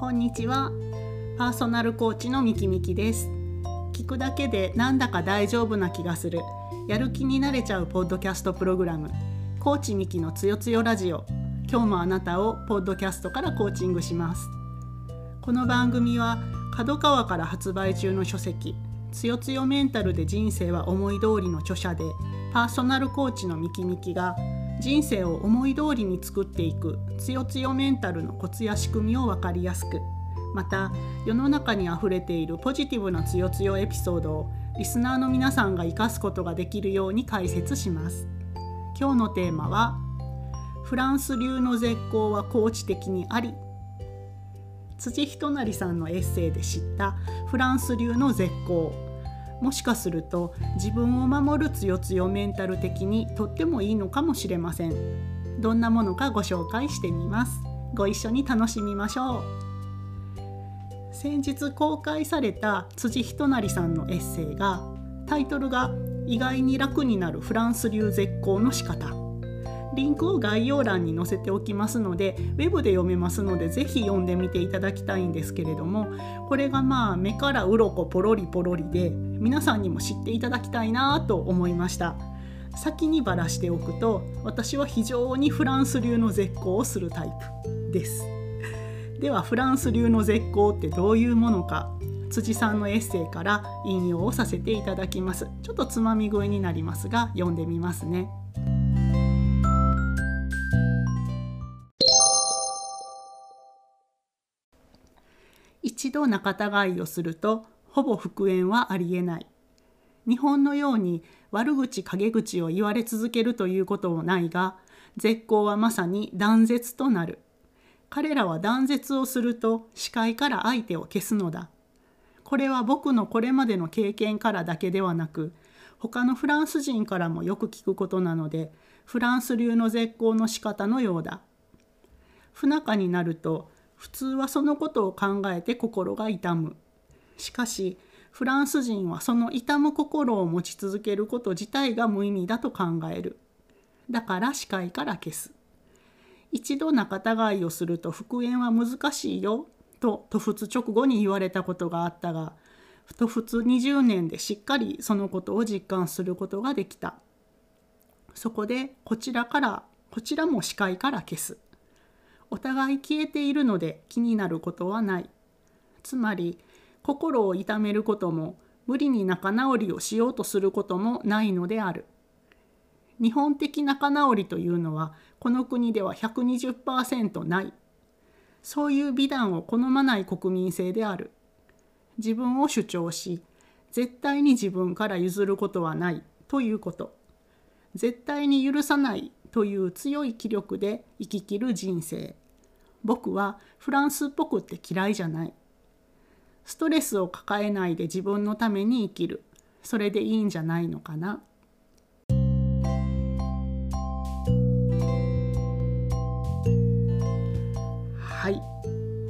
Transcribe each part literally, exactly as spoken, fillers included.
こんにちは。パーソナルコーチのみきみきです。聞くだけでなんだか大丈夫な気がする、やる気になれちゃうポッドキャストプログラム、コーチみきのつよつよラジオ。今日もあなたをポッドキャストからコーチングします。この番組は角川から発売中の書籍、つよつよメンタルで人生は思い通りの著者で、パーソナルコーチのみきみきが人生を思い通りに作っていくつよつよメンタルのコツや仕組みを分かりやすく、また世の中にあふれているポジティブなつよつよエピソードをリスナーの皆さんが生かすことができるように解説します。今日のテーマは、フランス流の絶交はコーチ的にあり。辻仁成さんのエッセイで知ったフランス流の絶交、もしかすると自分を守るつよつよメンタル的にとってもいいのかもしれません。どんなものかご紹介してみます。ご一緒に楽しみましょう。先日公開された辻仁成さんのエッセイが、タイトルが意外に楽になるフランス流絶交の仕方。リンクを概要欄に載せておきますので、ウェブで読めますのでぜひ読んでみていただきたいんですけれども、これがまあ目から鱗ポロリポロリで皆さんにも知っていただきたいなと思いました。先にばらしておくと、私は非常にフランス流の絶交をするタイプです。ではフランス流の絶交ってどういうものか、辻さんのエッセイから引用をさせていただきます。ちょっとつまみ食いになりますが読んでみますね。一度仲違いをするとほぼ復縁はありえない。日本のように悪口陰口を言われ続けるということもないが、絶交はまさに断絶となる。彼らは断絶をすると視界から相手を消すのだ。これは僕のこれまでの経験からだけではなく、他のフランス人からもよく聞くことなので、フランス流の絶交の仕方のようだ。不仲になると普通はそのことを考えて心が痛む。しかしフランス人はその痛む心を持ち続けること自体が無意味だと考える。だから視界から消す。一度仲違いをすると復縁は難しいよと渡仏直後に言われたことがあったが、渡仏にじゅうねんでしっかりそのことを実感することができた。そこでこちらからこちらも視界から消す。お互い消えているので気になることはない。つまり心を痛めることも無理に仲直りをしようとすることもないのである。日本的仲直りというのはこの国では ひゃくにじゅっパーセント ない。そういう美談を好まない国民性である。自分を主張し、絶対に自分から譲ることはないということ。絶対に許さないという強い気力で生き切る人生。僕はフランスっぽくって嫌いじゃない。ストレスを抱えないで自分のために生きる。それでいいんじゃないのかな。はい、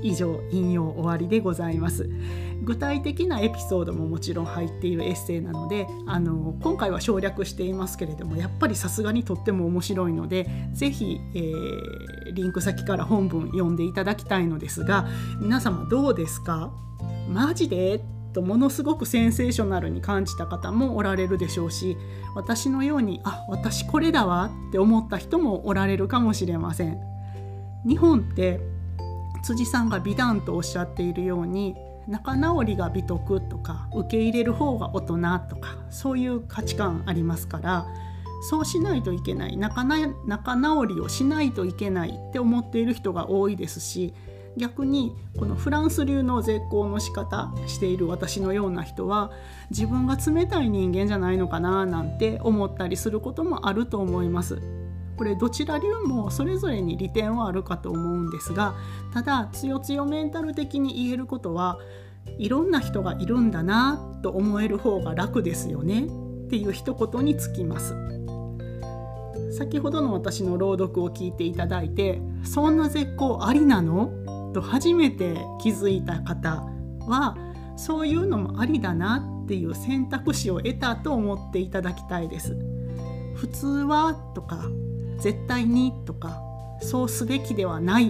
以上引用終わりでございます。具体的なエピソードももちろん入っているエッセイなので、あの今回は省略していますけれども、やっぱりさすがにとっても面白いので、ぜひ、えー、リンク先から本文読んでいただきたいのですが、皆様どうですか？マジで？とものすごくセンセーショナルに感じた方もおられるでしょうし、私のようにあ、私これだわって思った人もおられるかもしれません。日本って辻さんが美談とおっしゃっているように、仲直りが美徳とか受け入れる方が大人とか、そういう価値観ありますから、そうしないといけない、仲な、仲直りをしないといけないって思っている人が多いですし、逆にこのフランス流の絶交の仕方している私のような人は、自分が冷たい人間じゃないのかななんて思ったりすることもあると思います。これどちら流もそれぞれに利点はあるかと思うんですが、ただつよつよメンタル的に言えることは、いろんな人がいるんだなと思える方が楽ですよねっていう一言につきます。先ほどの私の朗読を聞いていただいて、そんな絶交ありなのと初めて気づいた方は、そういうのもありだなっていう選択肢を得たと思っていただきたいです。普通はとか絶対にとかそうすべきではない、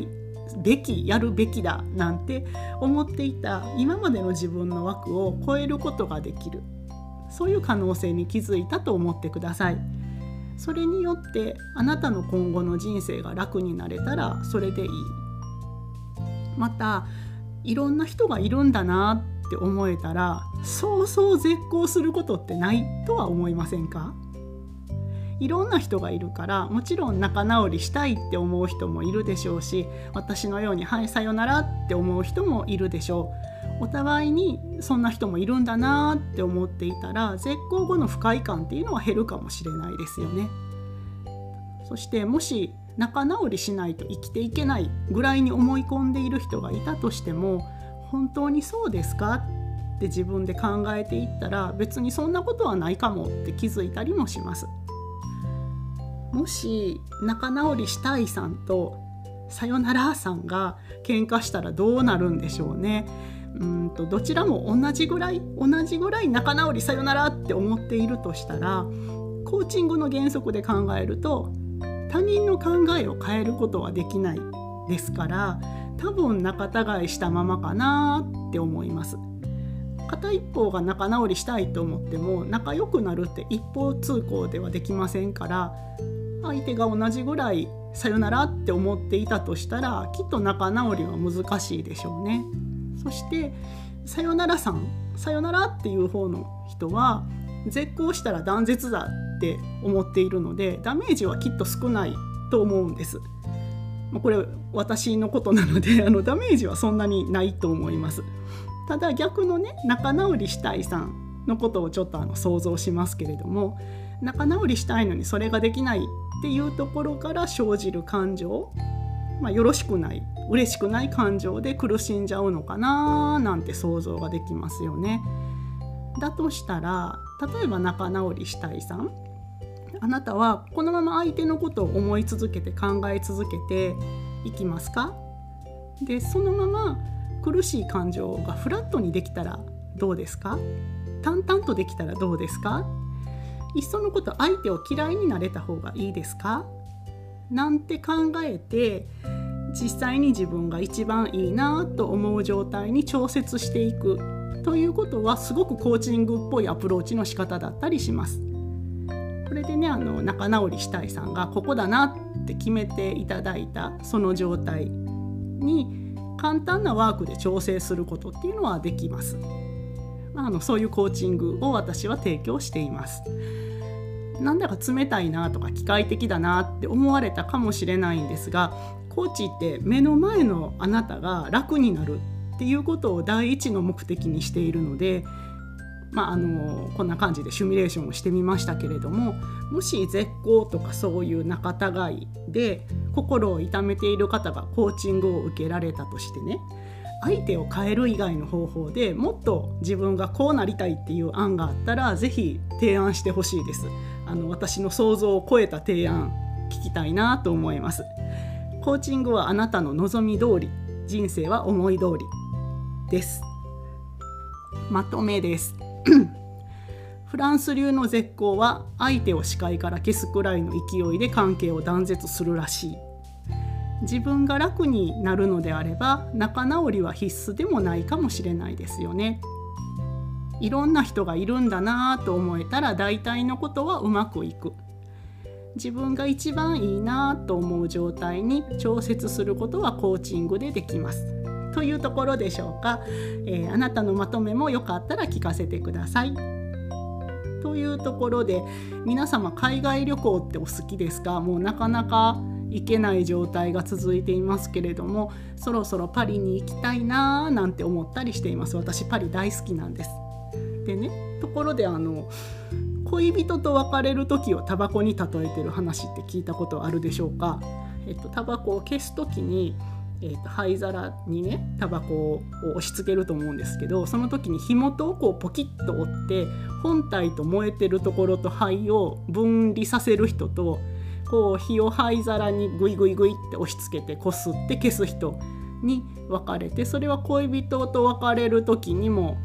べきやるべきだなんて思っていた今までの自分の枠を超えることができる、そういう可能性に気づいたと思ってください。それによってあなたの今後の人生が楽になれたらそれでいい。またいろんな人がいるんだなって思えたら、そうそう絶交することってないとは思いませんか？いろんな人がいるから、もちろん仲直りしたいって思う人もいるでしょうし、私のようにはいさよならって思う人もいるでしょう。お互いにそんな人もいるんだなって思っていたら、絶交後の不快感っていうのは減るかもしれないですよね。そしてもし仲直りしないと生きていけないぐらいに思い込んでいる人がいたとしても、本当にそうですかって自分で考えていったら、別にそんなことはないかもって気づいたりもします。もし仲直りしたいさんとさよならさんが喧嘩したらどうなるんでしょうね。うんとどちらも同じぐらい同じぐらい仲直りさよならって思っているとしたら、コーチングの原則で考えると他人の考えを変えることはできないですから、多分仲違いしたままかなって思います。片一方が仲直りしたいと思っても仲良くなるって一方通行ではできませんから、相手が同じぐらいさよならって思っていたとしたら、きっと仲直りは難しいでしょうね。そしてさよならさんさよならっていう方の人は絶交したら断絶だって思っているので、ダメージはきっと少ないと思うんです。これ私のことなのであのダメージはそんなにないと思います。ただ逆のね、仲直りしたいさんのことをちょっとあの想像しますけれども、仲直りしたいのにそれができないっていうところから生じる感情、まあ、よろしくない嬉しくない感情で苦しんじゃうのかななんて想像ができますよね。だとしたら、例えば仲直りしたいさん、あなたはこのまま相手のことを思い続けて考え続けていきますか？でそのまま苦しい感情がフラットにできたらどうですか？淡々とできたらどうですか？いっそのこと相手を嫌いになれた方がいいですか？なんて考えて、実際に自分が一番いいなと思う状態に調節していくということは、すごくコーチングっぽいアプローチの仕方だったりします。これでね、あの仲直りしたいさんがここだなって決めていただいたその状態に簡単なワークで調整することっていうのはできます。あのそういうコーチングを私は提供しています。なんだか冷たいなとか機械的だなって思われたかもしれないんですが、コーチって目の前のあなたが楽になるっていうことを第一の目的にしているので、まあ、あのこんな感じでシミュレーションをしてみましたけれども、もし絶交とかそういう仲違いで心を痛めている方がコーチングを受けられたとしてね、相手を変える以外の方法でもっと自分がこうなりたいっていう案があったら、ぜひ提案してほしいです。あの私の想像を超えた提案聞きたいなと思います。コーチングはあなたの望み通り、人生は思い通りです。まとめですフランス流の絶交は相手を視界から消すくらいの勢いで関係を断絶するらしい。自分が楽になるのであれば仲直りは必須でもないかもしれないですよね。いろんな人がいるんだなと思えたら大体のことはうまくいく。自分が一番いいなと思う状態に調節することはコーチングでできますというところでしょうか。えー、あなたのまとめもよかったら聞かせてください。というところで、皆様海外旅行ってお好きですか？もうなかなか行けない状態が続いていますけれども、そろそろパリに行きたいななんて思ったりしています。私パリ大好きなんです。でね、ところであの恋人と別れる時をタバコに例えてる話って聞いたことあるでしょうか？えっと、タバコを消す時に、えっと、灰皿にねタバコを押し付けると思うんですけど、その時に火元をこうポキッと折って本体と燃えてるところと灰を分離させる人と、こう火を灰皿にグイグイグイって押し付けてこすって消す人に分かれて、それは恋人と別れる時にも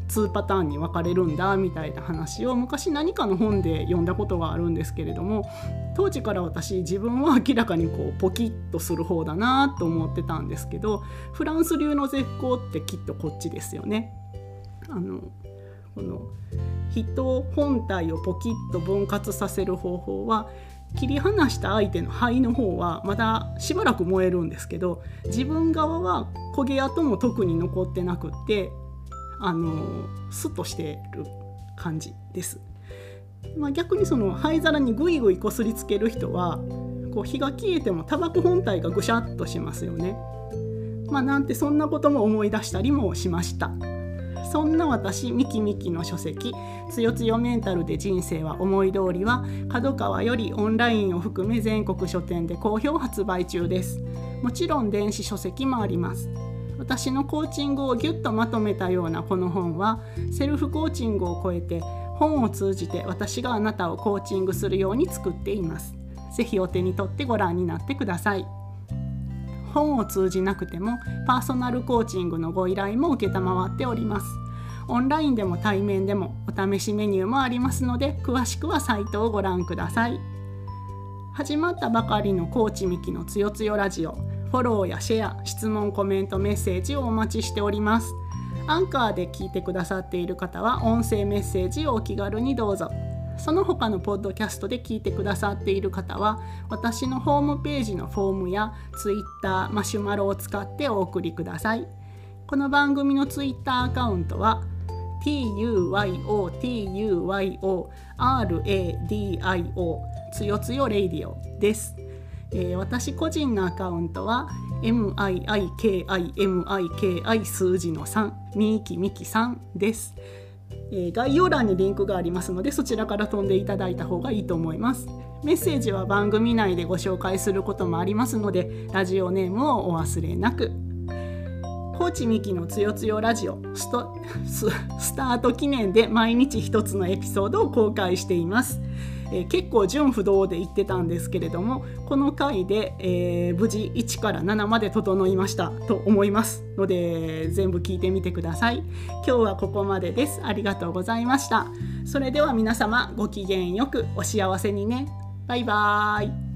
にパターンに分かれるんだみたいな話を昔何かの本で読んだことがあるんですけれども、当時から私自分は明らかにこうポキッとする方だなと思ってたんですけど、フランス流の絶交ってきっとこっちですよね。あのこの人本体をポキッと分割させる方法は、切り離した相手の肺の方はまだしばらく燃えるんですけど、自分側は焦げ跡も特に残ってなくって、あのスッとしている感じです。まあ、逆にその灰皿にグイグイこすりつける人はこう火が消えてもタバコ本体がぐしゃっとしますよね。まあ、なんてそんなことも思い出したりもしました。そんな私ミキミキの書籍つよつよメンタルで人生は思い通りは角川よりオンラインを含め全国書店で好評発売中です。もちろん電子書籍もあります。私のコーチングをギュッとまとめたようなこの本はセルフコーチングを超えて本を通じて私があなたをコーチングするように作っています。ぜひお手に取ってご覧になってください。本を通じなくてもパーソナルコーチングのご依頼も承っております。オンラインでも対面でもお試しメニューもありますので、詳しくはサイトをご覧ください。始まったばかりのコーチミキのつよつよラジオ、フォローやシェア、質問、コメント、メッセージをお待ちしております。アンカーで聞いてくださっている方は音声メッセージをお気軽にどうぞ。その他のポッドキャストで聞いてくださっている方は私のホームページのフォームやツイッター、マシュマロを使ってお送りください。この番組のツイッターアカウントは ティーユーワイオーティーユーワイオーアールエーディーアイオー つよつよレイディオです。えー、私個人のアカウントは ミキ 数字のさんミキミキさんです。えー、概要欄にリンクがありますのでそちらから飛んでいただいた方がいいと思います。メッセージは番組内でご紹介することもありますのでラジオネームをお忘れなく。コーチミキのつよつよラジオ ス, トス, スタート記念で毎日一つのエピソードを公開しています。えー、結構順不動で言ってたんですけれども、この回で、えー、無事いちからななまで整いましたと思いますので全部聞いてみてください。今日はここまでです。ありがとうございました。それでは皆様ごきげんよくお幸せにね。バイバーイ。